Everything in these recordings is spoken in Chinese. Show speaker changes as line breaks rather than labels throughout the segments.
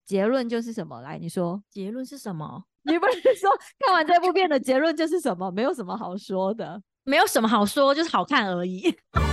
结论就是什么？来，你说。
结论是什么？
你不是说看完这部片的结论就是什么？没有什么好说的。
没有什么好说，就是好看而已。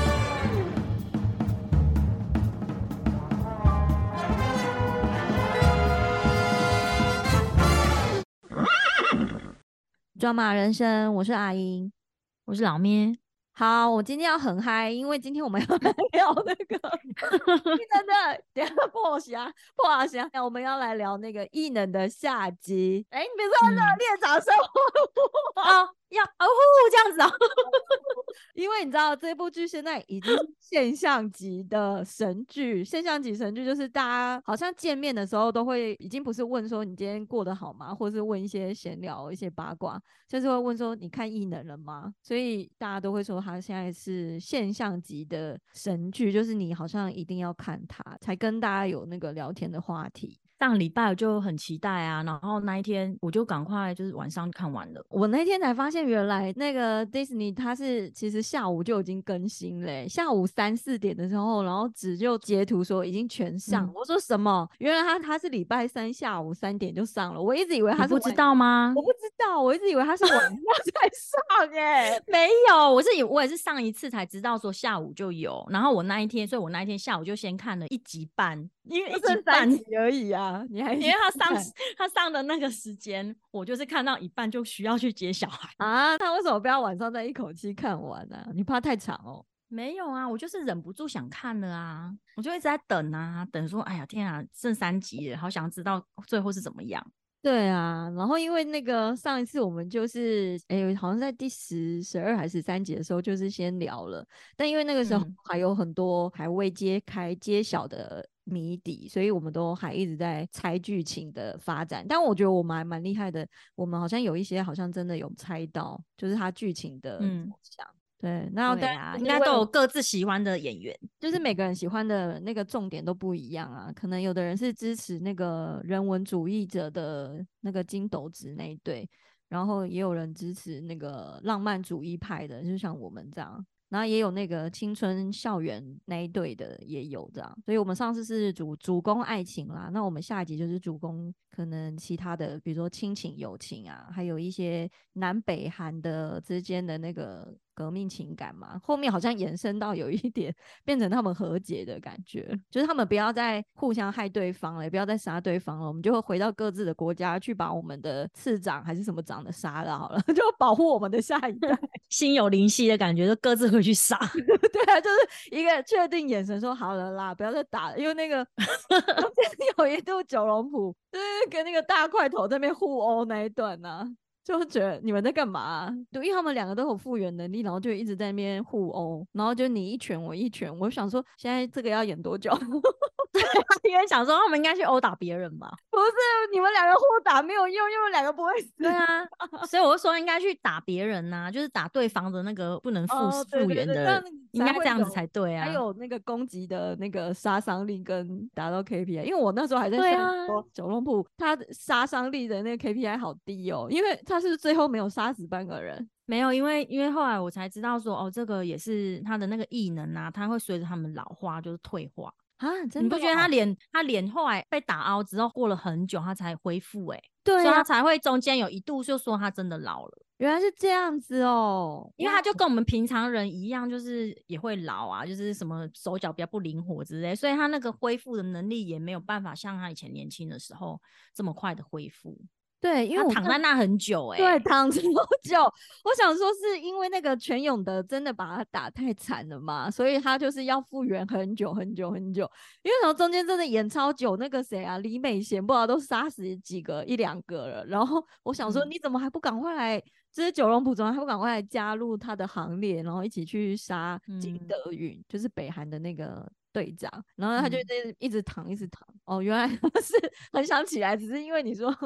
抓马人生，我是阿英。
我是老咩。
好，我今天要很嗨，因为今天我们要来聊那个异能的，等一下破虾，我们要来聊那个异能的下集。哎，你别说热烈掌声
哦，要哦呼这样子哦。
因为你知道这部剧现在已经是现象级的神剧，现象级神剧就是大家好像见面的时候都会已经不是问说你今天过得好吗，或是问一些闲聊一些八卦，就是会问说你看异能了吗？所以大家都会说他现在是现象级的神剧，就是你好像一定要看它才跟大家有那个聊天的话题。
上礼拜我就很期待啊，然后那一天我就赶快就是晚上看完了。
我那天才发现，原来那个 Disney 它是其实下午就已经更新了，下午3、4点的时候，然后就截图说已经全上。我说什么？原来它是礼拜三下午3点就上了，我一直以为它是
你不知道吗？
我不知道，我一直以为它是晚上才上
没有，我也是上一次才知道说下午就有，然后所以我那一天下午就先看了1集半，因为1集半
而已啊，你还
因为他上的那个时间，我就是看到一半就需要去接小孩
啊。他为什么不要晚上再一口气看完呢？你怕太长哦？
没有啊，我就是忍不住想看了啊，我就一直在等啊，等说，哎呀天啊，剩3集了，好想知道最后是怎么样。
对啊，然后因为那个上一次我们就是好像在第10、12还是13集的时候，就是先聊了，但因为那个时候还有很多还未揭晓的谜底，所以我们都还一直在猜剧情的发展。但我觉得我们还蛮厉害的，我们好像有一些好像真的有猜到，就是它剧情的走向。对，那
对啊，应该都有各自喜欢的演员，
就是每个人喜欢的那个重点都不一样啊。可能有的人是支持那个人文主义者的那个金斗子那一队，然后也有人支持那个浪漫主义派的，就像我们这样。然后也有那个青春校园那一队的也有这样，所以我们上次是主攻爱情啦，那我们下一集就是主攻可能其他的，比如说亲情、友情啊，还有一些南北韩的之间的那个革命情感嘛。后面好像延伸到有一点变成他们和解的感觉，就是他们不要再互相害对方了，也不要再杀对方了，我们就会回到各自的国家去把我们的次长还是什么长的杀了好了，就保护我们的下一代。
心有灵犀的感觉，就各自回去杀。
对啊，就是一个确定眼神说好了啦，不要再打了，因为那个有一度九龙埔就是跟那个大块头在那边互殴那一段啊，就觉得你们在干嘛啊？对，因为他们2个都有复原能力，然后就一直在那边互殴，然后就你一拳我一拳，我想说现在这个要演多久？
因为想说他们应该去殴打别人吧？
不是，你们2个互打没有用，因为2个不会死。
对啊，所以我就说应该去打别人啊，就是打对方的那个不能复原的人，应该这样子才对啊。
还有那个攻击的那个杀伤力跟达到 KPI，因为我那时候还在
想
说九龙埔他杀伤力的那个 KPI 好低哦，因为他是最后没有杀死半个人。
没有，因为后来我才知道说，哦，这个也是他的那个异能啊，他会随着他们老化就是退化
啊，真的
你不觉得他脸后来被打凹之后过了很久他才恢复
对啊，
所以他才会中间有一度就说他真的老了。
原来是这样子哦，
因为他就跟我们平常人一样，就是也会老啊，就是什么手脚比较不灵活之类，所以他那个恢复的能力也没有办法像他以前年轻的时候这么快的恢复。
对，因为
他躺在那很久
对，躺超久。我想说是因为那个全勇的真的把他打太惨了嘛，所以他就是要复原很久很久很久。因为什么中间真的演超久，那个谁啊，李美贤不知道都杀死1、2个了。然后我想说，你怎么还不赶快来？就是九龙埔怎么还不赶快来加入他的行列，然后一起去杀金德允，就是北韩的那个队长。然后他就一直躺一直躺。哦，原来是很想起来，只是因为你说啊。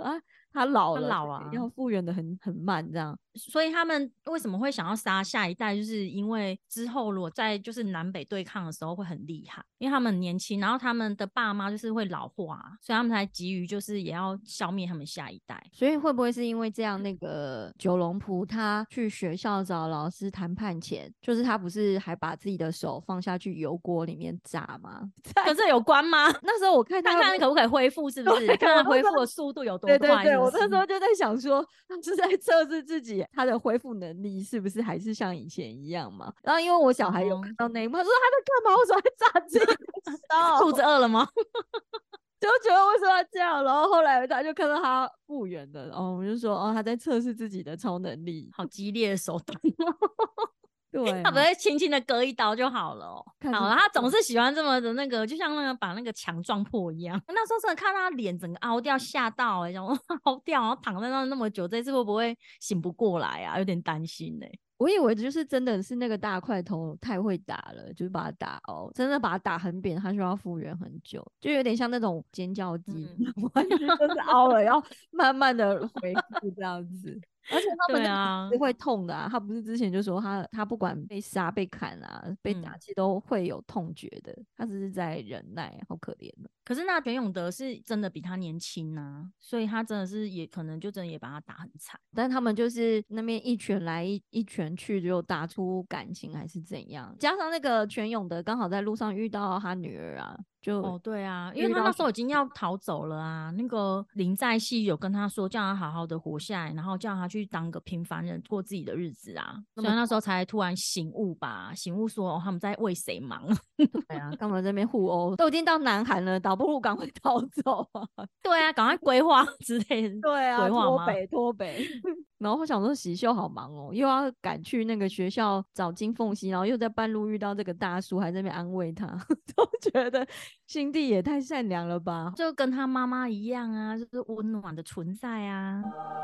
他老了，
他老啊，
要复原的很慢这样。
所以他们为什么会想要杀下一代，就是因为之后如果在就是南北对抗的时候会很厉害，因为他们很年轻，然后他们的爸妈就是会老化，所以他们才急于就是也要消灭他们下一代。
所以会不会是因为这样，那个九龙浦他去学校找老师谈判前，就是他不是还把自己的手放下去油锅里面炸吗？
跟这有关吗？
那时候我看他
看看可不可以恢复，是不是？看看恢复的速度有多快，
对，我
是不是？
那时候就在想说，他是在测试自己他的恢复能力是不是还是像以前一样嘛？然后因为我小孩有看到那一幕，他说他在干嘛？为什么在炸自己的手？
肚子饿了吗？
就觉得为什么要这样？然后后来他就看到他复原了，然后我们就说哦，他在测试自己的超能力，
好激烈的手段。
对、啊，
他不会轻轻的割一刀就好了哦。好了，他总是喜欢这么的那个，就像那个把那个墙撞破一样。那时候真的看他脸整个凹掉，吓到想说凹掉，然后躺在那么久，这次会不会醒不过来啊？有点担心
我以为就是真的是那个大块头太会打了，就是把他打凹，真的把他打很扁，他需要复原很久，就有点像那种尖叫鸡，完全就是凹了，要慢慢的恢复这样子。而且他们那个是会痛的啊，他不是之前就说他不管被杀、被砍啊、被打，其实都会有痛觉的，他只是在忍耐，好可怜的。
可是那田永德是真的比他年轻啊，所以他真的是也可能就真的也把他打很惨。
但是他们就是那边一拳来一拳去，就打出感情还是怎样？加上那个全永德刚好在路上遇到他女儿啊，就
哦对啊，因为他那时候已经要逃走了啊。那个林在熙有跟他说，叫他好好的活下来，然后叫他去当个平凡人，过自己的日子啊。所以那时候才突然醒悟吧，醒悟说、他们在为谁忙。
对啊，干嘛这边互殴？都已经到南韩了，倒不如赶快逃走啊！
对啊，赶快规划之类的。
对啊，
规划吗？
脱北。然后我想说，喜秀好忙哦，又要赶去那个学校找金凤熙，然后又在半路遇到这个大叔，还在那边安慰他，都觉得心地也太善良了吧，
就跟他妈妈一样啊，就是温暖的存在啊。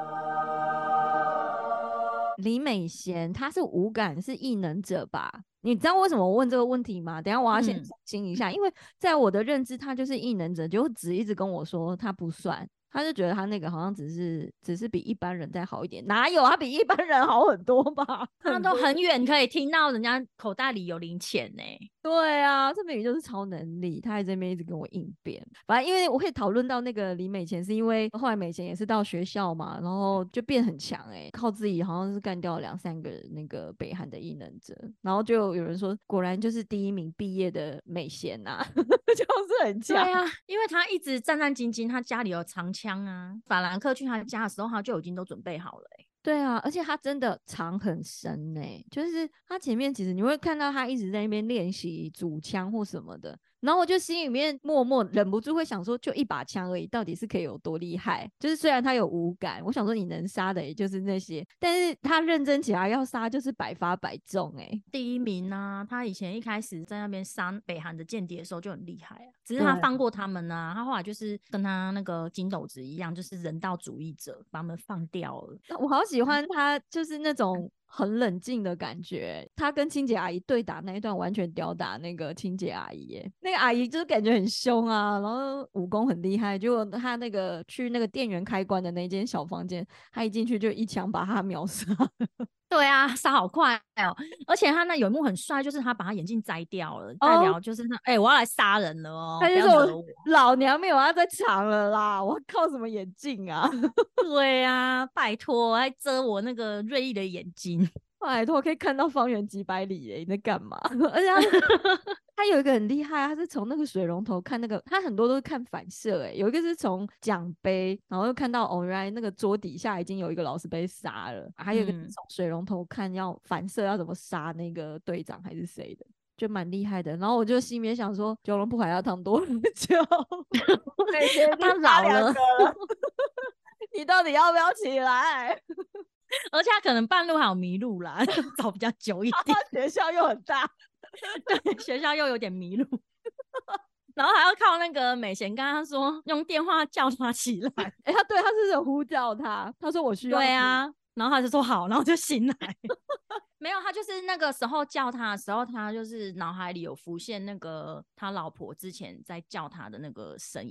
李美贤她是无感，是异能者吧？你知道为什么我问这个问题吗？等一下我要先澄清一下，因为在我的认知，他就是异能者，就只一直跟我说他不算。他就觉得他那个好像只是比一般人再好一点，哪有？他比一般人好很多吧？
他都很远可以听到人家口袋里有零钱呢。
对啊，这明明就是超能力，他在这边一直跟我应变。反正因为我可以讨论到那个李美钱，是因为后来美钱也是到学校嘛，然后就变很强靠自己好像是干掉2-3个那个北韩的异能者，然后就有人说，果然就是第1名毕业的美贤呐，就是很强。
对啊，因为他一直战战兢兢，他家里有长枪啊。法兰克去他家的时候，他就已经都准备好了
对啊，而且他真的藏很深就是他前面其实你会看到他一直在那边练习组枪或什么的，然后我就心里面默默忍不住会想说，就一把枪而已，到底是可以有多厉害？就是虽然他有无感，我想说你能杀的也就是那些，但是他认真起来要杀就是百发百中
第1名啊，他以前一开始在那边杀北韩的间谍的时候就很厉害啊，只是他放过他们啊，他后来就是跟他那个金斗子一样，就是人道主义者，把他们放掉了。
我好喜欢他，就是那种很冷静的感觉。他跟清洁阿姨对打那一段，完全吊打那个清洁阿姨那个阿姨就是感觉很凶啊，然后武功很厉害。结果他那个去那个电源开关的那间小房间，他一进去就一枪把他秒杀。
对啊，杀好快哦！而且他那有一幕很帅，就是他把他眼镜摘掉了，代表就是他我要来杀人了哦！
他就说老娘没有要再藏了啦，我靠什么眼镜啊？
对啊，拜托，还遮我那个锐利的眼睛。
拜托，可以看到方圆几百里你在干嘛？而且他有一个很厉害，他是从那个水龙头看那个，他很多都是看反射有一个是从奖杯，然后又看到原来那个桌底下已经有一个老师被杀了，还有一个是从水龙头看要反射要怎么杀那个队长还是谁的，就蛮厉害的。然后我就心里面想说，九龙浦还要躺多久？
他老了，
你到底要不要起来？
而且他可能半路还有迷路啦，找比较久一点。
学校又很大，
对，学校又有点迷路，然后还要靠那个美贤跟他说用电话叫他起来。
他是有呼叫他说我需要。
对啊，然后他就说好，然后就醒来。没有，他就是那个时候叫他的时候，他就是脑海里有浮现那个他老婆之前在叫他的那个声音，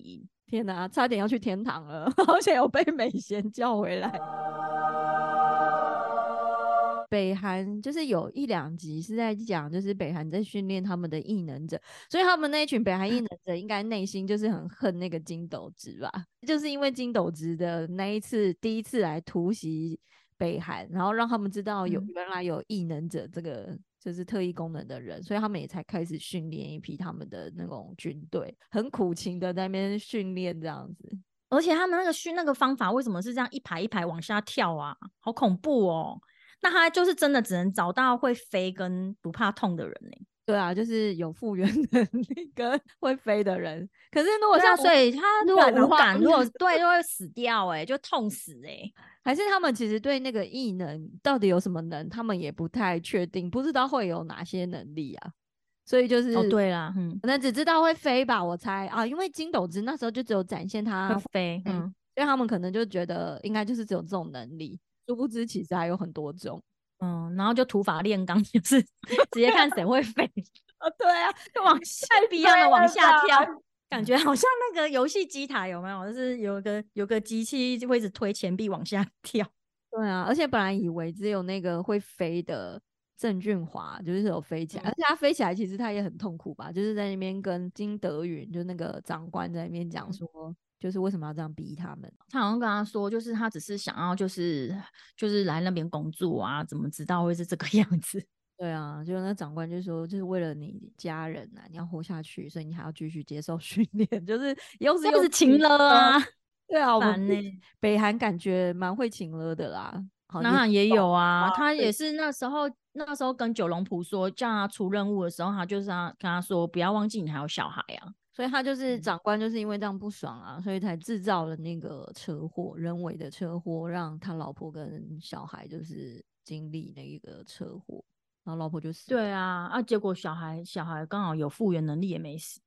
天哪，差点要去天堂了，好像有被美贤叫回来。北韩就是有一两集是在讲，就是北韩在训练他们的异能者，所以他们那一群北韩异能者应该内心就是很恨那个金斗直吧，就是因为金斗直的那一次第一次来突袭北韩，然后让他们知道原来有异能者这个就是特异功能的人，所以他们也才开始训练一批他们的那种军队，很苦情的在那边训练这样子。
而且他们那个训那个方法为什么是这样一排一排往下跳啊？好恐怖哦！那他就是真的只能找到会飞跟不怕痛的人呢、欸。
对啊，就是有复原能力跟会飞的人。可是如果像
所以他如果无感，如果对就会死掉就痛死
还是他们其实对那个异能到底有什么能，他们也不太确定，不知道会有哪些能力啊。所以就是
对啦，
可能只知道会飞吧，我猜啊，因为金斗子那时候就只有展现他
会飞，
所以他们可能就觉得应该就是只有这种能力，殊不知其实还有很多种。
然后就土法炼钢，就是直接看谁会飞。
对啊，
就往下逼他们往下跳，感觉好像那个游戏机台有没有？就是有个机器会一直推钱币往下跳。
对啊，而且本来以为只有那个会飞的郑俊华就是有飞起来，而且他飞起来其实他也很痛苦吧，就是在那边跟金德云就那个长官在那边讲说，就是为什么要这样逼他们？
他好像跟他说，就是他只是想要就是来那边工作啊，怎么知道会是这个样子？
对啊，就那长官就说，就是为了你家人啊，你要活下去，所以你还要继续接受训练，就是又是
又情了啊。
对啊，我们北韩感觉蛮会情了的啦。
南韩也有啊，他也是那时候跟九龙浦说叫他出任务的时候，他就是跟他说不要忘记你还有小孩啊，
所以他就是长官就是因为这样不爽啊，所以才制造了那个车祸，人为的车祸，让他老婆跟小孩就是经历那一个车祸，然后老婆就死。
对啊，结果小孩刚好有复原能力也没死。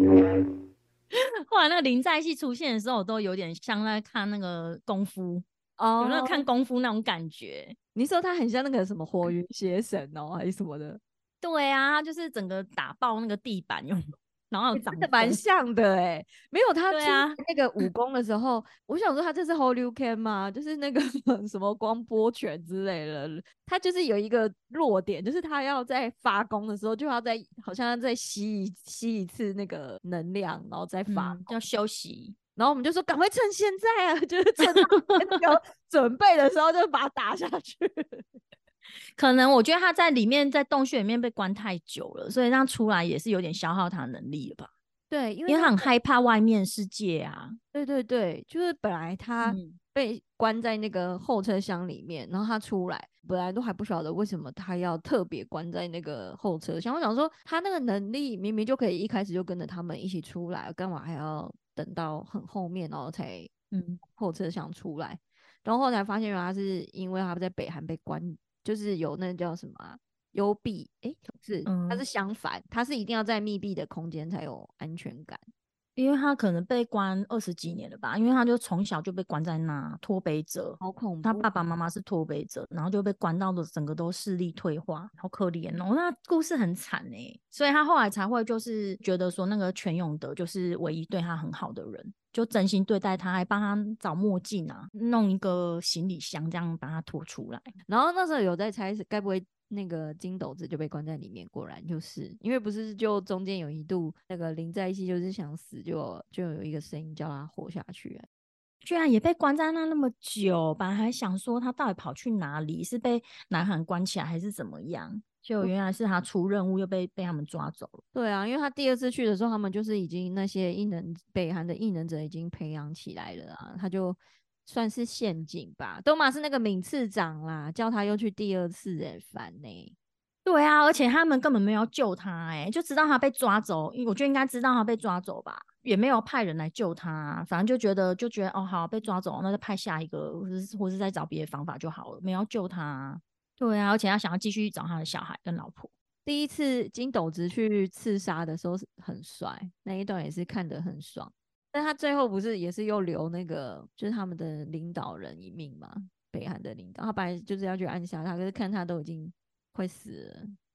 后来那个林在熙出现的时候，我都有点像在看那个功夫。有那个看功夫那种感觉。
你说他很像那个什么火云邪神哦，还是什么的？
对啊，他就是整个打爆那个地板用，然后有掌风，
蛮像的没有他出
啊
那个武功的时候，我想说他这是 Holyuken 吗？就是那个什么光波拳之类的，他就是有一个弱点，就是他要在发功的时候就要好像要再吸一次那个能量，然后再发
要休息。
然后我们就说赶快趁现在啊，就是趁他那个准备的时候就把他打下去。
可能我觉得他在里面在洞穴里面被关太久了，所以让出来也是有点消耗他的能力了吧？
对，
因为他很害怕外面世界啊。
对对对，就是本来他被关在那个后车厢里面，然后他出来，本来都还不晓得为什么他要特别关在那个后车厢。我想说，他那个能力明明就可以一开始就跟着他们一起出来，干嘛还要等到很后面然后才后车厢出来？然后后来发现原来是因为他在北韩被关，就是有那叫什么幽闭，不是，他是相反，他是一定要在密闭的空间才有安全感。
因为他可能被关20几年了吧，因为他就从小就被关在那，脱北者，
好恐怖。
他爸爸妈妈是脱北者，然后就被关到的整个都视力退化，好可怜哦。那故事很惨所以他后来才会就是觉得说那个全永德就是唯一对他很好的人，就真心对待他，还帮他找墨镜啊，弄一个行李箱这样把他拖出来。
然后那时候有在猜是该不会那个金斗子就被关在里面，果然就是因为不是就中间有一度那个林在熙就是想死，就有一个声音叫他活下去
居然也被关在那么久，本来还想说他到底跑去哪里，是被南韩关起来还是怎么样，就原来是他出任务又被他们抓走了。
对啊，因为他第二次去的时候，他们就是已经那些北韩的异能者已经培养起来了啊，他就算是陷阱吧。都嘛是那个闵次长啦，叫他又去第二次烦
对啊，而且他们根本没有救他就知道他被抓走，我就应该知道他被抓走吧，也没有派人来救他反正就觉得哦好被抓走，那就派下一个，或是再找别的方法就好了，没有救他对啊，而且他想要继续找他的小孩跟老婆。
第一次金斗直去刺杀的时候很帅，那一段也是看得很爽。但他最后不是也是又留那个就是他们的领导人一命嘛，北韩的领导，他本来就是要去暗杀他，可是看他都已经快死了，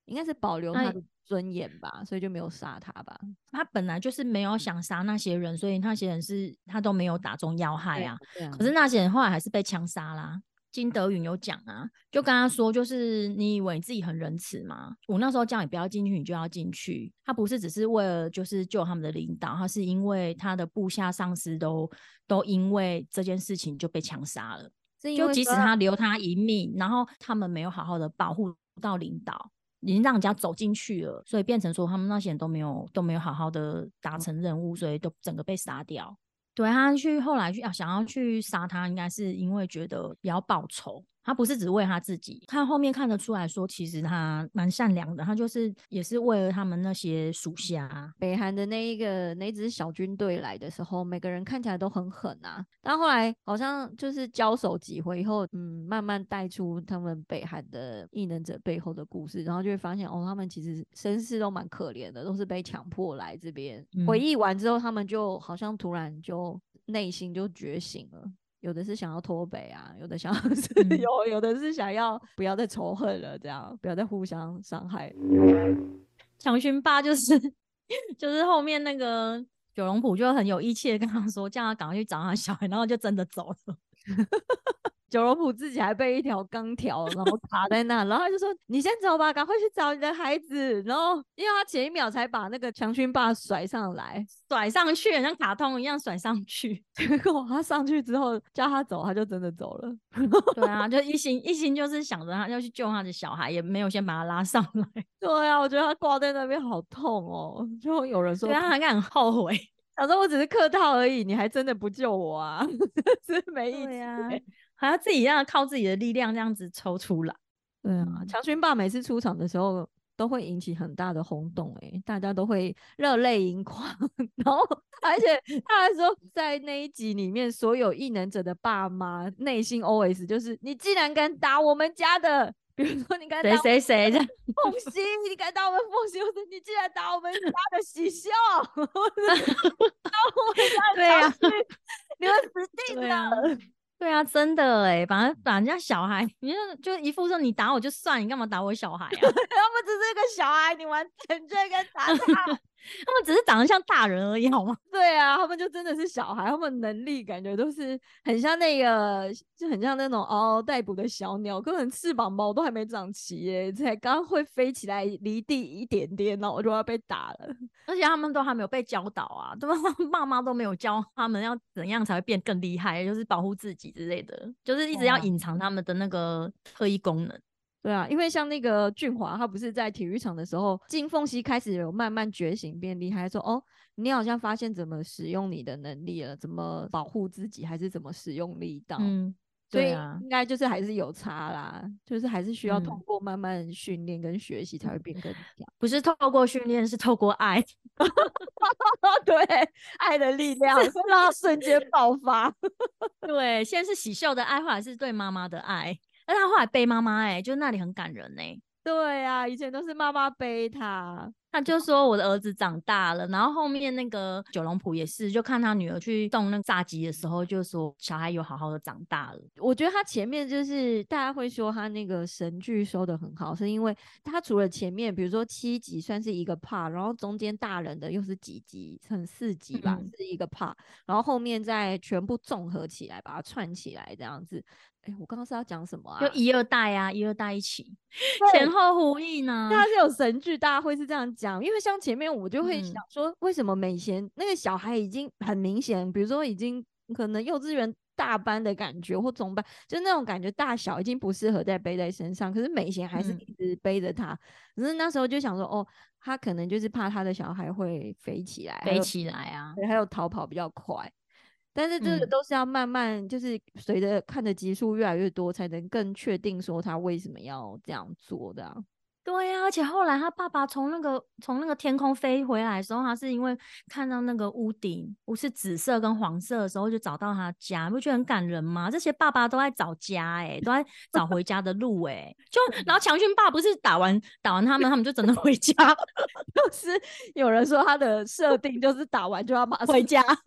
应该是保留他的尊严吧，所以就没有杀他吧。
他本来就是没有想杀那些人，所以那些人是他都没有打中要害啊。可是那些人后来还是被枪杀啦。金德允有讲啊，就跟他说，就是你以为你自己很仁慈吗？我那时候叫你不要进去，你就要进去。他不是只是为了就是救他们的领导，他是因为他的部下上司都因为这件事情就被枪杀了。就即使他留他一命，然后他们没有好好的保护到领导，已经让人家走进去了，所以变成说他们那些人都没有好好的达成任务，所以都整个被杀掉。对，他后来想要去杀他，应该是因为觉得要报仇，他不是只为他自己。看后面看得出来说，其实他蛮善良的，他就是也是为了他们那些属下。
北韩的那支小军队来的时候，每个人看起来都很狠啊，但后来好像就是交手几回以后，慢慢带出他们北韩的异能者背后的故事，然后就会发现哦，他们其实身世都蛮可怜的，都是被强迫来这边。回忆完之后，他们就好像突然就内心就觉醒了。有的是想要脱北啊，有的想要是有的是想要不要再仇恨了，这样不要再互相伤害。
强勋爸就是后面那个九龙浦就很有义气的跟他说，叫他赶快去找他小孩，然后就真的走了。
九龙浦自己还被一条钢条然后卡在那，然后他就说你先走吧，赶快去找你的孩子。然后因为他前一秒才把那个强勋爸甩上来，
甩上去像卡通一样甩上去，
结果他上去之后叫他走，他就真的走了。
对啊，就一心就是想着他要去救他的小孩，也没有先把他拉上来。
对啊，我觉得他挂在那边好痛哦，就有人说
对啊，他应该很后悔，
想说我只是客套而已，你还真的不救我啊。是没意思。
对啊，还要自己让他靠自己的力量这样子抽出来。
对啊，强勋爸每次出场的时候都会引起很大的轰动，大家都会热泪盈眶。然后而且他还说在那一集里面所有异能者的爸妈内心 OS 就是你既然敢打我们家的，比如说你敢打
谁的
凤熙，你敢打我们凤熙，或者你竟然打我们家的喜孝，打我们家的小旭，你们死定了。
对啊，真的把人家小孩，你就一副说你打我就算，你干嘛打我小孩啊？
他们只是一个小孩，你完全就应该打他。
他们只是长得像大人而已，好吗？
对啊，他们就真的是小孩，他们能力感觉都是很像那个，就很像那种嗷嗷待哺的小鸟，根本翅膀毛都还没长齐才刚会飞起来离地一点点，然后我就要被打了。
而且他们都还没有被教导啊，对吧？妈妈都没有教他们要怎样才会变更厉害，就是保护自己之类的，就是一直要隐藏他们的那个特异功能。
对啊，因为像那个俊华，他不是在体育场的时候，金凤熙开始有慢慢觉醒变厉害，说哦，你好像发现怎么使用你的能力了，怎么保护自己，还是怎么使用力道。所以应该就是还是有差啦，就是还是需要通过慢慢训练跟学习才会变更强。
不是透过训练，是透过爱。
对，爱的力量会让他瞬间爆发。
对，先是喜秀的爱，后来是对妈妈的爱。但他后来背妈妈就那里很感人
对啊，以前都是妈妈背他，
他就说我的儿子长大了，然后后面那个九龙浦也是，就看他女儿去送那个炸鸡的时候，就说小孩有好好的长大了。
我觉得他前面就是大家会说他那个神剧收的很好，是因为他除了前面比如说7集算是一个 part， 然后中间大人的又是几集，成4集吧，是一个 part， 然后后面再全部综合起来，把它串起来这样子。我刚刚是要讲什么啊？
就1、2代啊，1、2代一起前后呼应呢。
他是有神剧，大家会是这样讲，因为像前面我就会想说，为什么美贤那个小孩已经很明显，比如说已经可能幼稚园大班的感觉或中班，就那种感觉大小已经不适合再背在身上，可是美贤还是一直背着他。可是那时候就想说，哦，他可能就是怕他的小孩会飞起来
啊，
还有逃跑比较快。但是这个都是要慢慢，就是随着看的集数越来越多，才能更确定说他为什么要这样做的。
对啊，而且后来他爸爸从那个天空飞回来的时候，他是因为看到那个屋顶是紫色跟黄色的时候，就找到他家，不觉得很感人吗？这些爸爸都在找家都在找回家的路就然后强勋爸不是打完他们就真的回家，
就是有人说他的设定就是打完就要马上
回家。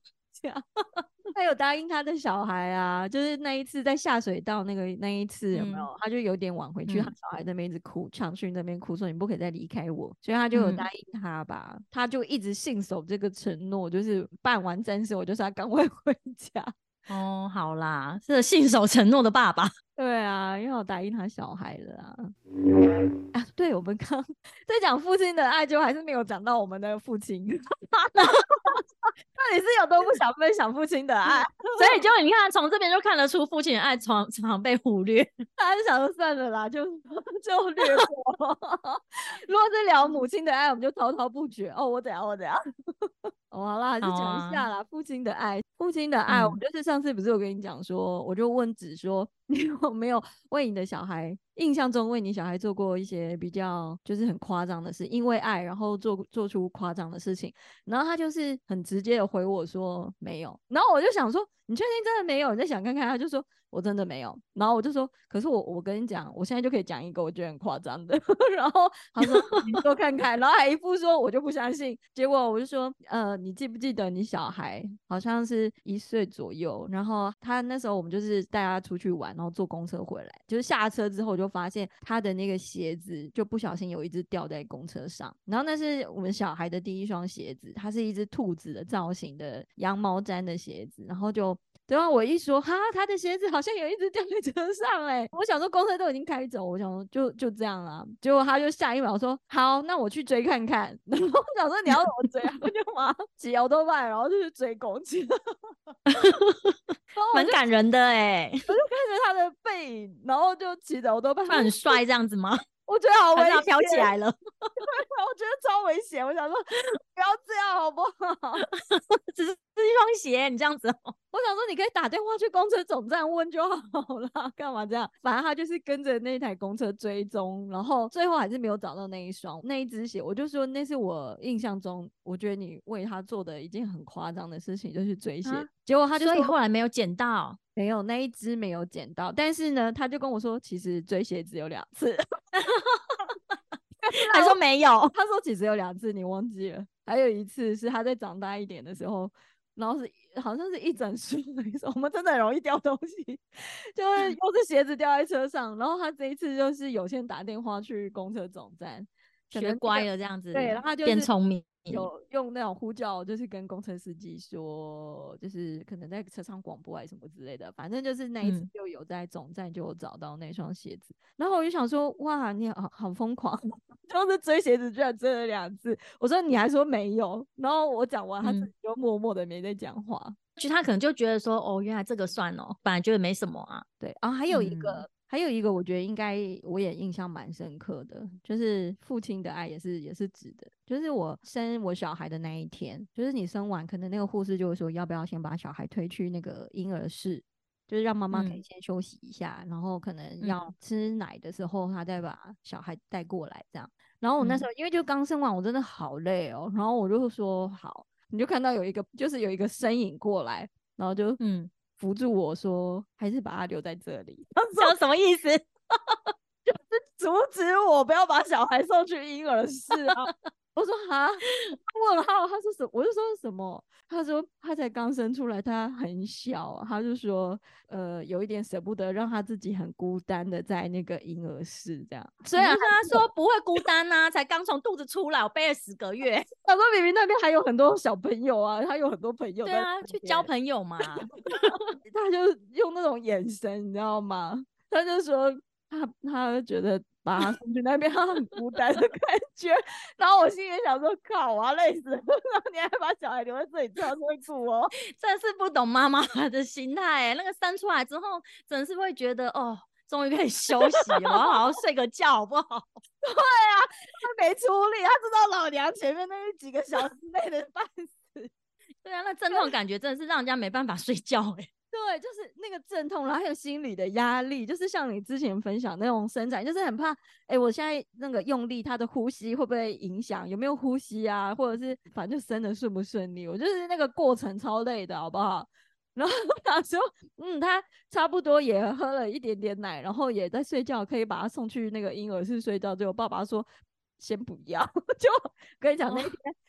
样。他有答应他的小孩啊，就是那一次在下水道那一次有没有？他就有点晚回去，他小孩在那边一直哭，抢去那边哭说你不可以再离开我，所以他就有答应他吧，他就一直信守这个承诺，就是办完战事我就是要赶快回家。
哦，好啦，是信守承诺的爸爸。
对啊，因为我答应他小孩了啊。啊，对，我们刚在讲父亲的爱，就还是没有讲到我们的父亲。到底是有多不想分享父亲的爱？
所以就你看，从这边就看得出父亲的爱常被忽略。
他就想说算了啦，就略过。如果是聊母亲的爱，我们就滔滔不绝。哦，我怎样。哦，好啦，还是讲一下啦，父亲的爱。父亲的爱，我就是上次不是有跟你讲说，我就问子说，你有没有为你的小孩，印象中为你小孩做过一些比较就是很夸张的事，因为爱然后做出夸张的事情？然后他就是很直接的回我说没有。然后我就想说，你确定真的没有？你再想看看。他就说我真的没有。然后我就说，可是我跟你讲，我现在就可以讲一个我觉得很夸张的。然后他说你说看看，然后还一副说我就不相信。结果我就说你记不记得你小孩好像是1岁左右，然后他那时候我们就是带他出去玩，然后坐公车回来，就是下车之后我就发现他的那个鞋子就不小心有一只掉在公车上，然后那是我们小孩的第一双鞋子，它是一只兔子的造型的羊毛毡的鞋子，然后就对啊，我一说哈，他的鞋子好像有一只掉在车上欸，我想说公车都已经开走，我想说就这样啦。结果他就下一秒说好，那我去追看看。然后我想说你要怎么追啊？我就马上骑摇头摆，然后就去追公车。
蛮感人的欸。
我就看着他的背影，然后就骑着摇头摆。
他很帅这样子吗？
我觉得好危险，
还是他飘起来了。
我觉得超危险，我想说不要这样好不好？
只是一双鞋，你这样子
我想说你可以打电话去公车总站问就好了，干嘛这样？反正他就是跟着那台公车追踪，然后最后还是没有找到那一只鞋。我就说那是我印象中，我觉得你为他做的一件很夸张的事情，就是追鞋。结果他就说
所以后来没有捡到。
没有，那一只没有捡到。但是呢，他就跟我说，其实追鞋只有2次。
还说没有，
他说其实有2次，你忘记了。还有一次是他在长大一点的时候，然后好像是一整束的时候，我们真的很容易掉东西，就是又是鞋子掉在车上。然后他这一次就是有先打电话去公车总站，
学乖了这样子，
对，然后他就是
变聪明，
有用那种呼叫，就是跟公车司机说，就是可能在车上广播还是什么之类的，反正就是那一次就有在总站就有找到那双鞋子。然后我就想说，哇，你好疯狂，就是追鞋子居然追了2次。我说你还说没有，然后我讲完，他自己就默默的没在讲话。
其实他可能就觉得说，哦，原来这个算哦，本来觉得没什么啊。
对啊，还有一个，我觉得应该我也印象蛮深刻的，就是父亲的爱也是指的，就是我生我小孩的那一天，就是你生完，可能那个护士就会说，要不要先把小孩推去那个婴儿室，就是让妈妈可以先休息一下，然后可能要吃奶的时候，他再把小孩带过来这样。然后我那时候因为就刚生完，我真的好累哦，然后我就说好，你就看到有一个身影过来，然后就扶住我说，还是把他留在这里。
这什么意思？
就是阻止我不要把小孩送去婴儿室啊！我说哈，问号，他说什么？我就说什么？他说他才刚生出来，他很小啊，他就说有一点舍不得让他自己很孤单的在那个婴儿室这样。
虽然他说不会孤单啊，才刚从肚子出来，我背了10个月。
他说明明那边还有很多小朋友啊，他有很多朋友。
对啊，去交朋友嘛。
他就用那种眼神，你知道吗？他就说他觉得把他送去那边，他很孤单的感觉。然后我心里想说，靠，我要累死了，然后你还把小孩留在这里，这样会哭哦。
真是不懂妈妈的心态。那个生出来之后，真是会觉得哦，终于可以休息了，我要好好睡个觉，好不好？
对啊，他没出力，他知道老娘前面那几个小时累得半死。
对啊，那阵痛感觉真的是让人家没办法睡觉欸。
对，就是那个阵痛，然后还有心理的压力，就是像你之前分享那种生产，就是很怕，我现在那个用力，他的呼吸会不会影响，有没有呼吸啊，或者是反正就生的顺不顺利，我就是那个过程超累的，好不好？然后他说，他差不多也喝了一点点奶，然后也在睡觉，可以把他送去那个婴儿室睡觉。结果爸爸说先不要，就跟你讲那天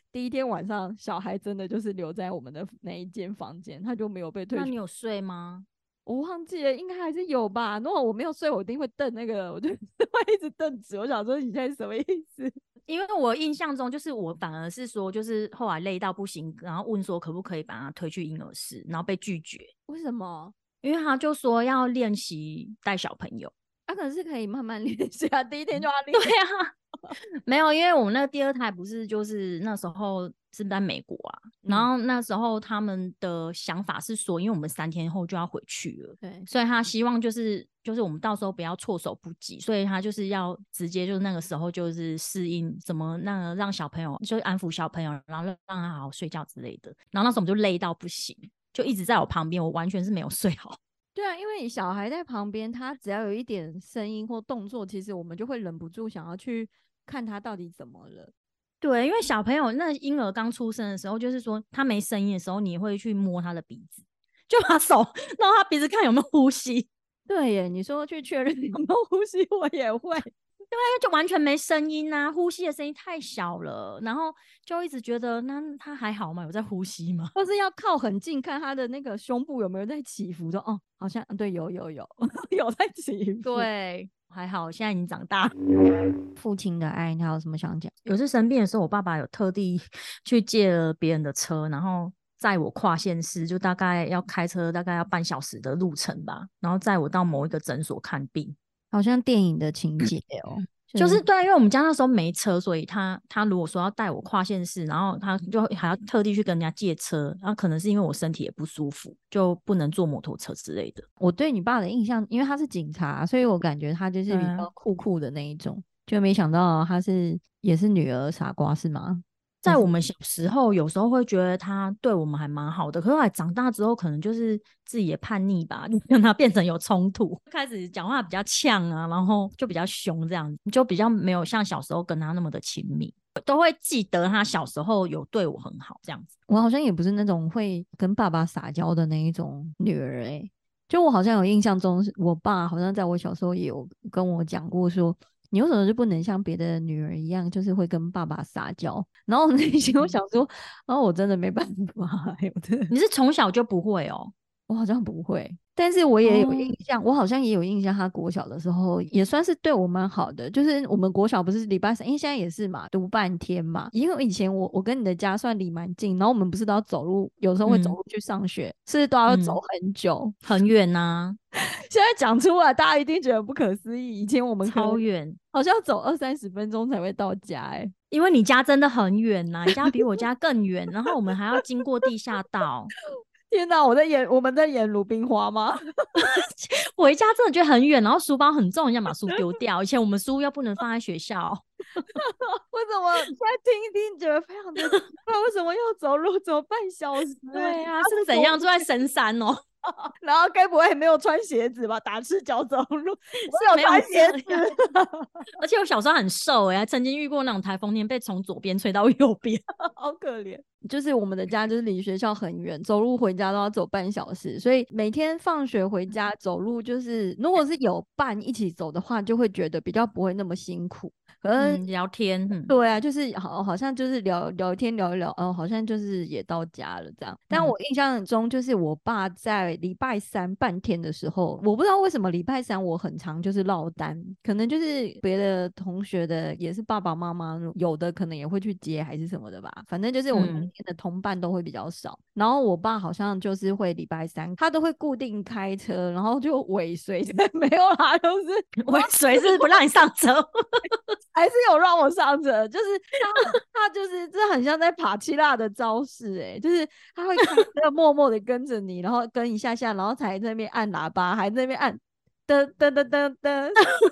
第一天晚上小孩真的就是留在我们的那一间房间，他就没有被退出。
那你有睡吗？
我忘记了，应该还是有吧。如果我没有睡，我一定会瞪那个，我就会一直瞪直。我想说你现在什么意思？
因为我印象中就是我反而是说，就是后来累到不行，然后问说可不可以把他推去婴儿室，然后被拒绝。
为什么？
因为他就说要练习带小朋友。
他可能是可以慢慢练习啊，第一天就要练。
对啊，没有，因为我们那个第二胎不是就是那时候是在美国啊，然后那时候他们的想法是说，因为我们3天后就要回去了，
对，
所以他希望就是我们到时候不要措手不及，所以他就是要直接就是那个时候就是适应怎么那个让小朋友就安抚小朋友，然后让他好好睡觉之类的。然后那时候我们就累到不行，就一直在我旁边，我完全是没有睡好。
对啊，因为小孩在旁边，他只要有一点声音或动作，其实我们就会忍不住想要去看他到底怎么了。
对，因为小朋友那婴儿刚出生的时候，就是说他没声音的时候，你会去摸他的鼻子，就把手弄他鼻子看有没有呼吸。
对耶，你说去确认有没有呼吸，我也会。
对，就完全没声音啊，呼吸的声音太小了，然后就一直觉得那他还好吗？有在呼吸吗？
或是要靠很近看他的那个胸部有没有在起伏的哦，好像对，有有在起伏。
对，还好现在已经长大。
父亲的爱，你还有什么想讲？
有次生病的时候，我爸爸有特地去借了别人的车，然后载我跨县市，就大概要开车大概要半小时的路程吧，然后载我到某一个诊所看病。
好像电影的情节哦。
就是对，因为我们家那时候没车，所以他如果说要带我跨县市，然后他就还要特地去跟人家借车，然后可能是因为我身体也不舒服，就不能坐摩托车之类的。
我对你爸的印象，因为他是警察，所以我感觉他就是比较酷酷的那一种，就没想到他也是女儿傻瓜是吗？
在我们小时候，有时候会觉得他对我们还蛮好的，可是后来长大之后，可能就是自己也叛逆吧，就跟他变成有冲突，开始讲话比较呛啊，然后就比较凶这样子，就比较没有像小时候跟他那么的亲密，都会记得他小时候有对我很好这样子。
我好像也不是那种会跟爸爸撒娇的那一种女儿就我好像有印象中，我爸好像在我小时候也有跟我讲过说，你为什么就不能像别的女儿一样，就是会跟爸爸撒娇？然后内心我想说，我真的没办法，我真的，
你是从小就不会哦？
我好像不会，但是我也有印象，我好像也有印象，他国小的时候也算是对我蛮好的，就是我们国小不是礼拜三，因为现在也是嘛，读半天嘛，因为以前我跟你的家算离蛮近，然后我们不是都要走路，有时候会走路去上学，是都要走很久，
很远啊。
现在讲出来，大家一定觉得不可思议。以前我们
超远，
好像走20-30分钟才会到家
因为你家真的很远呐，你家比我家更远，然后我们还要经过地下道。
天哪，我们在演鲁冰花吗？
回家真的觉得很远，然后书包很重，要把书丢掉。以前我们书又不能放在学校。
为什么现在听一听觉得非常的奇怪？为什么要走路走半小时？
对啊，是怎样住在深山哦？
然后该不会没有穿鞋子吧？打赤脚走路，
是
有穿鞋子。
而且我小时候很瘦还曾经遇过那种台风天被从左边吹到右边，
好可怜。就是我们的家就是离学校很远，走路回家都要走半小时，所以每天放学回家走路，就是如果是有伴一起走的话，就会觉得比较不会那么辛苦。可是
聊天，
对啊，就是好像就是聊天聊一聊，好像就是也到家了这样。但我印象中，就是我爸在礼拜三半天的时候，我不知道为什么礼拜三我很常就是落单，可能就是别的同学的也是爸爸妈妈，有的可能也会去接还是什么的吧。反正就是我那天的同伴都会比较少。然后我爸好像就是会礼拜三，他都会固定开车，然后就尾随，没有啦，就是
尾随是不让你上车。
还是有让我上车，就是他就是这很像在爬七辣的招式就是他会开车默默的跟着你，然后跟一下下，然后才在那边按喇叭，还在那边按噔噔噔噔噔。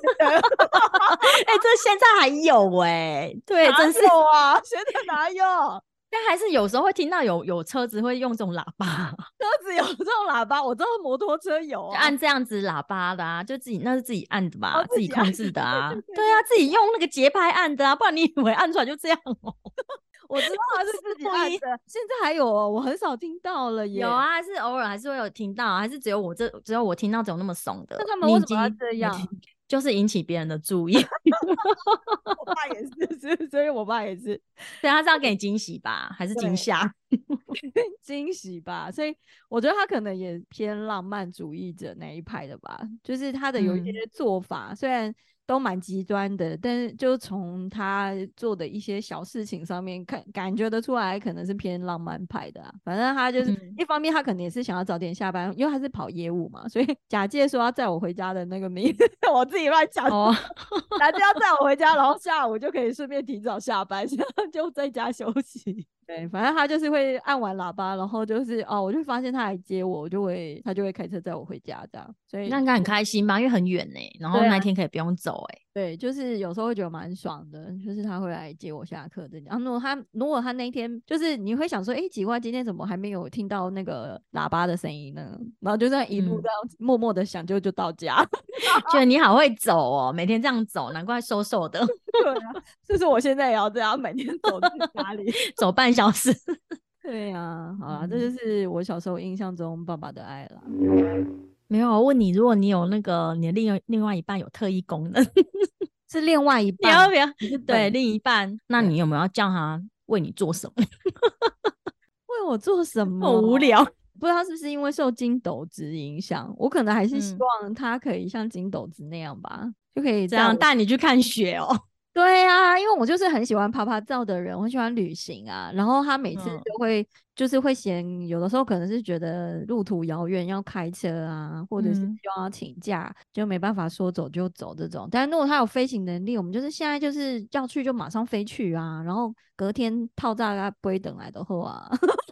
这现在还有对，真是
有啊，现在哪有？
但还是有时候会听到有车子会用这种喇叭。
车子有这种喇叭，我知道摩托车有
就按这样子喇叭的啊，就那是自己按的吧，自己控制的啊。
对
啊，自己用那个节拍按的啊，不然你以为按出来就这样
我知道他是自己按的，现在还有我很少听到了耶。
有啊，还是偶尔还是会有听到，还是只有我听到只有那么怂的。
那他们为什么要这样？
就是引起别人的注意。
我爸也是，所以我爸也是，
对，他是要给你惊喜吧，还是惊吓？
惊喜吧。所以我觉得他可能也偏浪漫主义者那一派的吧，就是他的有一些做法，虽然都蛮极端的，但是就从他做的一些小事情上面感觉得出来，可能是偏浪漫派的啊。反正他就是一方面，他可能也是想要早点下班，因为他是跑业务嘛，所以假借说要载我回家的那个名字，我自己乱讲。假借要载我回家，然后下午就可以顺便提早下班，这样就在家休息。对，反正他就是会按完喇叭，然后就是我就发现他来接我，他就会开车载我回家这样。所以
那应该很开心吧，因为很远呢，然后那一天可以不用走哎。
对，就是有时候会觉得蛮爽的，就是他会来接我下课的。然后如果他那一天就是你会想说，奇怪，今天怎么还没有听到那个喇叭的声音呢？然后就这样一路这样默默的想就到家。
觉得你好会走哦，每天这样走，难怪瘦瘦的。
对啊，就是我现在也要这样每天走去家里
走半小时。
对啊，好啦，这就是我小时候印象中爸爸的爱啦。
没有，我问你，如果你有那个你的另外一半有特异功能，
是另外一半，
你要不要？对，另一半，那你有没有要叫他为你做什么？
为我做什么？
好无聊。
不知道是不是因为受金斗子影响，我可能还是希望他可以像金斗子那样吧，就可以
这样带你去看雪哦。
对啊，因为我就是很喜欢拍拍照的人，我很喜欢旅行啊。然后他每次就会、就是会嫌有的时候可能是觉得路途遥远要开车啊，或者是希望要请假，就没办法说走就走这种。但如果他有飞行能力，我们就是现在就是要去就马上飞去啊，然后隔天套炸啊不会等来的货啊。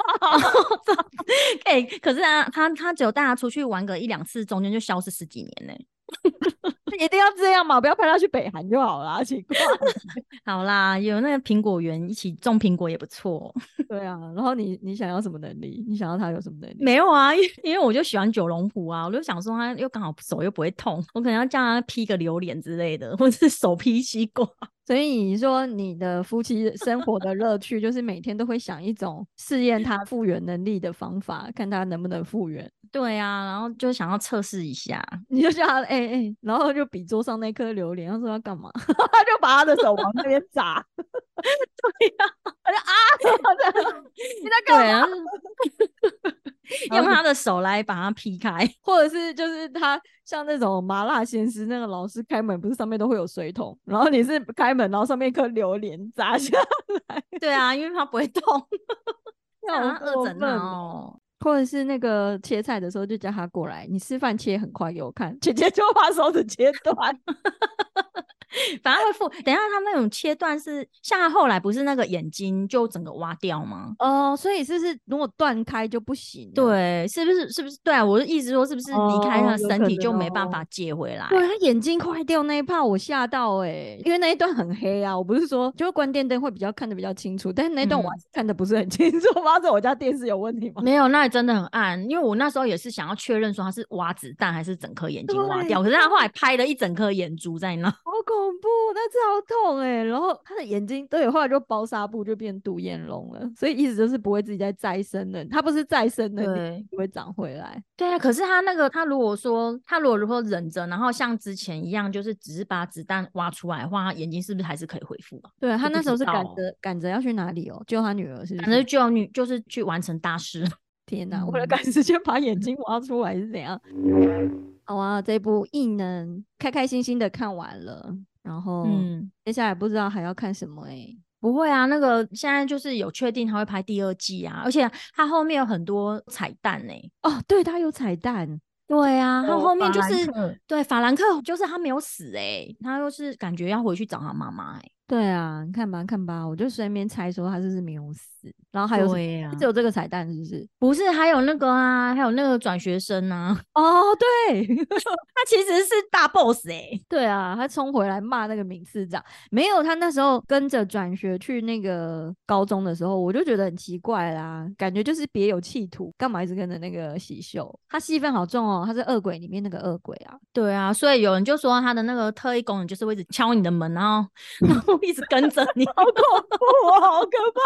可是他只有带他出去玩个1-2次，中间就消失10几年呢。
一定要这样嘛？不要派他去北韩就好啦，奇怪。
好啦，有那个苹果园一起种苹果也不错。
对啊，然后你想要什么能力？你想要他有什么能力？
没有啊，因为我就喜欢九龙湖啊，我就想说他又刚好手又不会痛，我可能要叫他劈个榴莲之类的，或是手劈西瓜。
所以你说你的夫妻生活的乐趣就是每天都会想一种试验他复原能力的方法，看他能不能复原。
对啊，然后就想要测试一下，
你就叫他然后就比桌上那颗榴莲，他说要干嘛，他就把他的手往那边砸。
对呀、
他就你在干嘛？
用他的手来把它劈开，
或者是就是他像那种麻辣鲜师那个老师开门，不是上面都会有水桶，然后你是开门，然后上面一颗榴莲砸下来。
对啊，因为他不会动。
好
恶整
哦。或者是那个切菜的时候就叫他过来，你示范切很快给我看，姐姐就把手指切断。
反正会等一下他那种切断是像他后来不是那个眼睛就整个挖掉吗？
所以是如果断开就不行。
对，是不是？对啊，我的意思说是不是离开他的身体就没办法接回来？
对，他眼睛坏掉那一趴我吓到因为那一段很黑啊，我不是说就关电灯会看得比较清楚，但是那一段我还是看得不是很清楚。不知道是我家电视有问题吗？
没有，那真的很暗，因为我那时候也是想要确认说他是挖子弹还是整颗眼睛挖掉，可是他后来拍了一整颗眼珠在那，
好恐怖，那超痛然后他的眼睛后来就包纱布就变独眼龙了，所以意思就是不会自己再再生了，他不是再生的，你不会长回来。
对啊，可是他如果说忍着，然后像之前一样，就是只是把子弹挖出来的话，他眼睛是不是还是可以恢复啊？
对啊，他那时候是赶着要去哪里救他女儿，是不是？
赶着救就是去完成大事。
天哪，为了赶时间把眼睛挖出来是怎样？好啊，这部异能开开心心的看完了，然后接下来不知道还要看什么
不会啊，那个现在就是有确定他会拍第2季啊，而且他后面有很多彩蛋
对，他有彩蛋。
对啊，他后面就是对法兰克，就是他没有死他又是感觉要回去找他妈妈
对啊，看吧，我就随便猜说他是不是没有死，然后还有只有这个彩蛋是不是？
不是，还有那个还有那个转学生啊。
对，
他其实是大 boss
对啊，他冲回来骂那个闵次长，没有，他那时候跟着转学去那个高中的时候，我就觉得很奇怪啦，感觉就是别有企图，干嘛一直跟着那个喜秀？他戏份好重他是恶鬼里面那个恶鬼啊。
对啊，所以有人就说他的那个特异功能就是会一直敲你的门，然后一直跟着你。
好恐怖好可怕。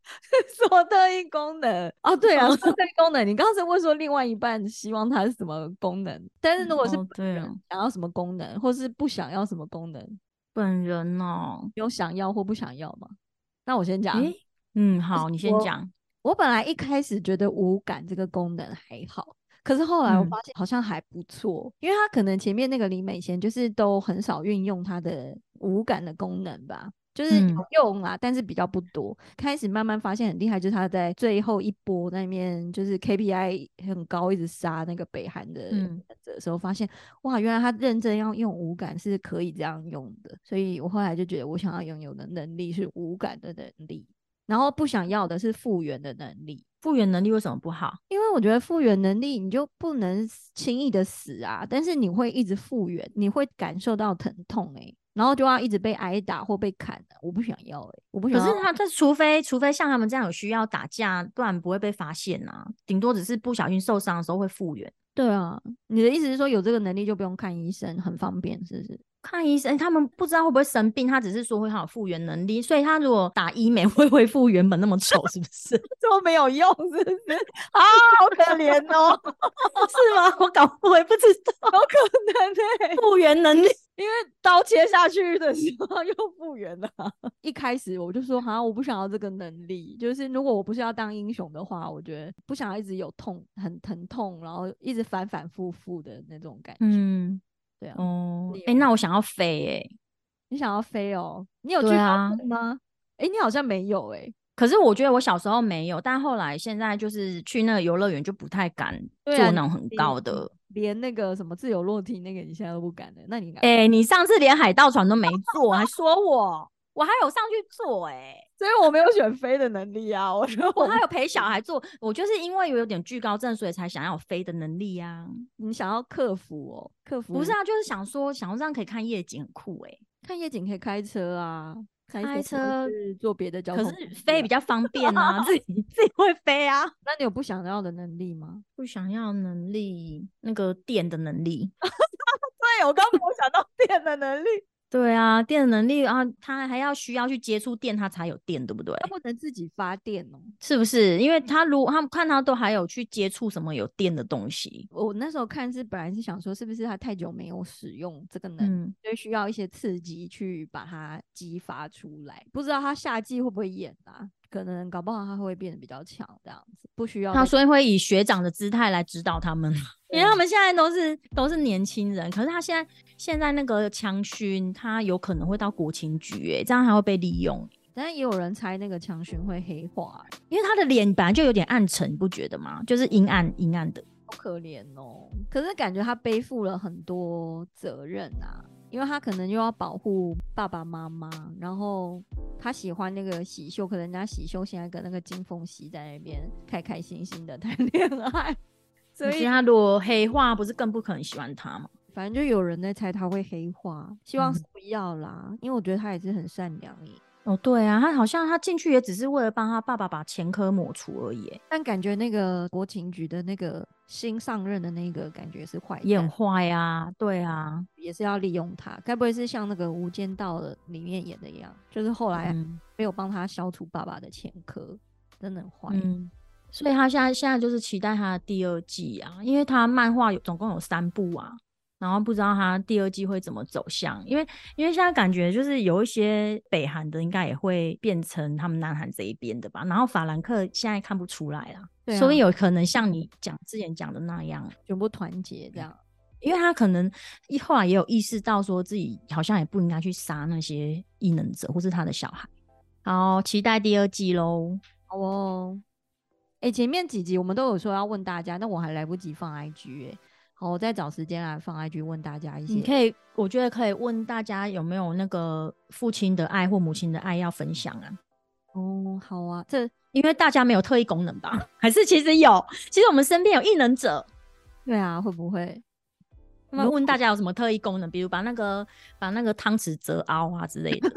什么特异功能？哦，对啊，说特异功能，你刚刚是问说另外一半希望它是什么功能，但是如果是本人
对啊，
想要什么功能，或是不想要什么功能，
本人哦，
有想要或不想要吗？那我先讲，
诶，好，你先
我
讲。
我本来一开始觉得无感这个功能还好，可是后来我发现好像还不错，因为它可能前面那个林美贤就是都很少运用它的无感的功能吧。就是有用啦，但是比较不多。开始慢慢发现很厉害，就是他在最后一波那边，就是 KPI 很高，一直杀那个北韩的时候，发现哇，原来他认真要用无感是可以这样用的。所以我后来就觉得，我想要拥有的能力是无感的能力。然后不想要的是复原的能力。
复原能力为什么不好？
因为我觉得复原能力你就不能轻易的死啊，但是你会一直复原，你会感受到疼痛然后就要一直被挨打或被砍我不想要我不想要。
可是他除非像他们这样有需要打架，不然不会被发现啊。顶多只是不小心受伤的时候会复原。
对啊，你的意思是说有这个能力就不用看医生，很方便是不是？
看医生，他们不知道会不会生病，他只是说会有复原能力，所以他如果打医美会恢复原本那么丑，是不是？
这没有用，是不是？啊，好可怜哦，
是吗？我也不知道，
有可能
复原能力，
因为刀切下去的时候又复原了。一开始我就说，我不想要这个能力，就是如果我不是要当英雄的话，我觉得不想要一直有痛，很疼痛，然后一直反反复复的那种感觉。对啊，
那我想要飞
你想要飞哦？你有惧高症吗？你好像没有
可是我觉得我小时候没有，但后来现在就是去那个游乐园就不太敢坐那种很高的，
连那个什么自由落体那个你现在都不敢的，那你敢？
你上次连海盗船都没坐，还说我还有上去坐
所以我没有选飞的能力啊。我觉得
我还有陪小孩坐，我就是因为有点惧高症，所以才想要有飞的能力啊。
你想要克服克服？
不是啊，就是想要这样可以看夜景，很酷
看夜景可以开车啊，
开车
是坐别的交通，
可是飞比较方便啊，自己会飞啊。
那你有不想要的能力吗？
不想要能力，那个电的能力。
对，我刚没有想到电的能力。
对啊，电的能力啊，他还要需要去接触电，他才有电，对不对？
他不能自己发电
是不是？因为他们看他都还有去接触什么有电的东西。
我那时候看本来是想说，是不是他太久没有使用这个能力，所以需要一些刺激去把它激发出来。不知道他夏季会不会演啊？可能搞不好他会变得比较强，这样子不需要。
他所以会以学长的姿态来指导他们，因为他们现在都是年轻人。可是他现在那个强勋，他有可能会到国情局，这样还会被利用。
但也有人猜那个强勋会黑化，
因为他的脸本来就有点暗沉，你不觉得吗？就是阴暗的，
好可怜哦。可是感觉他背负了很多责任啊。因为他可能又要保护爸爸妈妈，然后他喜欢那个喜秀，可能人家喜秀现在跟那个金凤熙在那边开开心心的谈恋爱，
所以他如果黑化，不是更不可能喜欢他吗？
反正就有人在猜他会黑化，希望是不要啦，因为我觉得他也是很善良
对啊，他好像他进去也只是为了帮他爸爸把前科抹除而已
但感觉那个国情局的那个新上任的那个感觉是坏蛋，
也很坏啊，对啊，
也是要利用他，该不会是像那个《无间道》里面演的一样，就是后来没有帮他消除爸爸的前科，真的很坏。
所以他现在就是期待他的第二季啊，因为他漫画总共有3部啊。然后不知道他第二季会怎么走向，因为现在感觉就是有一些北韩的应该也会变成他们南韩这一边的吧，然后法兰克现在看不出来啦，所以有可能像你之前讲的那样，
全部团结这样，
因为他可能后来也有意识到说自己好像也不应该去杀那些异能者或是他的小孩。好，期待第二季咯。
好哦，前面几集我们都有说要问大家，但我还来不及放 IG好，我再找时间来放 IG 问大家一些。
我觉得可以问大家有没有那个父亲的爱或母亲的爱要分享啊？
好啊，
因为大家没有特异功能吧？还是其实有？其实我们身边有异能者。
对啊，会不会？
问大家有什么特异功能，比如把那个汤匙折凹啊之类的，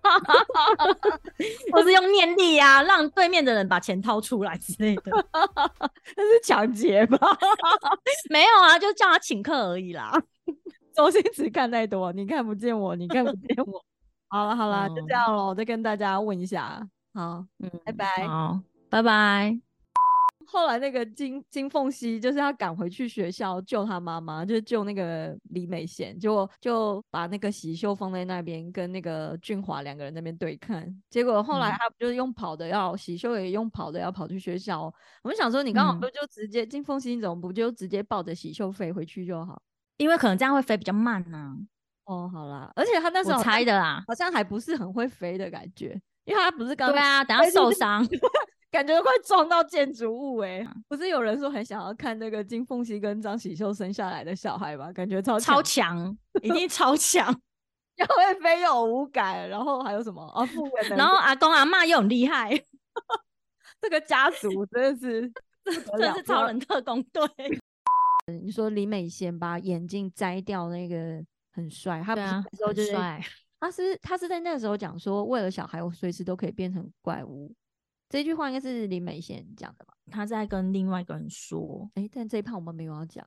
或是用念力啊，让对面的人把钱掏出来之类的。
那是抢劫吧？
没有啊，就叫他请客而已啦。
周星驰看太多，你看不见我，你看不见我。好了，就这样咯，我再跟大家问一下。 好，拜拜。
好，拜拜。
后来那个金凤熙就是他赶回去学校救他妈妈，就是救那个李美贤，结果就把那个喜秀放在那边跟那个俊华两个人那边对看，结果后来他就是用跑的喜秀也用跑的要跑去学校。我们想说你刚好就直接金凤熙，你怎么不就直接抱着喜秀飞回去就好？
因为可能这样会飞比较慢呢。
哦，好啦，而且他那时候
我猜的啦，
好像还不是很会飞的感觉，因为他不是刚
对啊，等下受伤。
感觉快撞到建筑物不是有人说很想要看那个金凤熙跟张喜秀生下来的小孩吗？感觉超
强，一定超强，
又会飞又无感，然后还有什么复原能力，
然后阿公阿嬷又很厉害，
这个家族真的是
真的是超人特工队。
你说李美贤把眼镜摘掉那个很帅，他不是那时候就是
帅，
他是在那个时候讲说，为了小孩我随时都可以变成怪物。这句话应该是李美贤讲的吧？
他在跟另外一个人说，
但这一趴我们没有要讲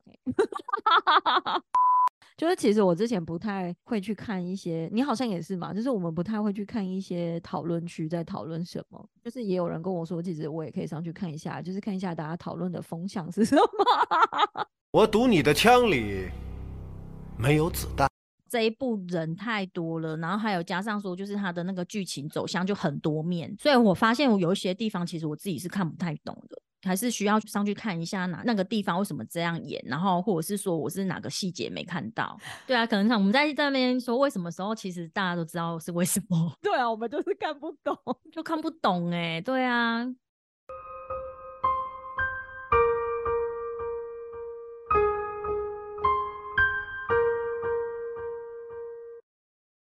就是其实我之前不太会去看一些，你好像也是嘛，就是我们不太会去看一些讨论区在讨论什么，就是也有人跟我说，其实我也可以上去看一下，就是看一下大家讨论的风向是什么。
我赌你的枪里没有子弹。
这一部人太多了，然后还有加上说，就是他的那个剧情走向就很多面，所以我发现我有一些地方其实我自己是看不太懂的，还是需要上去看一下那个地方为什么这样演，然后或者是说我是哪个细节没看到。对啊，可能像我们在这边说为什么时候，其实大家都知道是为什么。
对啊，我们就是看不懂，
就看不懂对啊。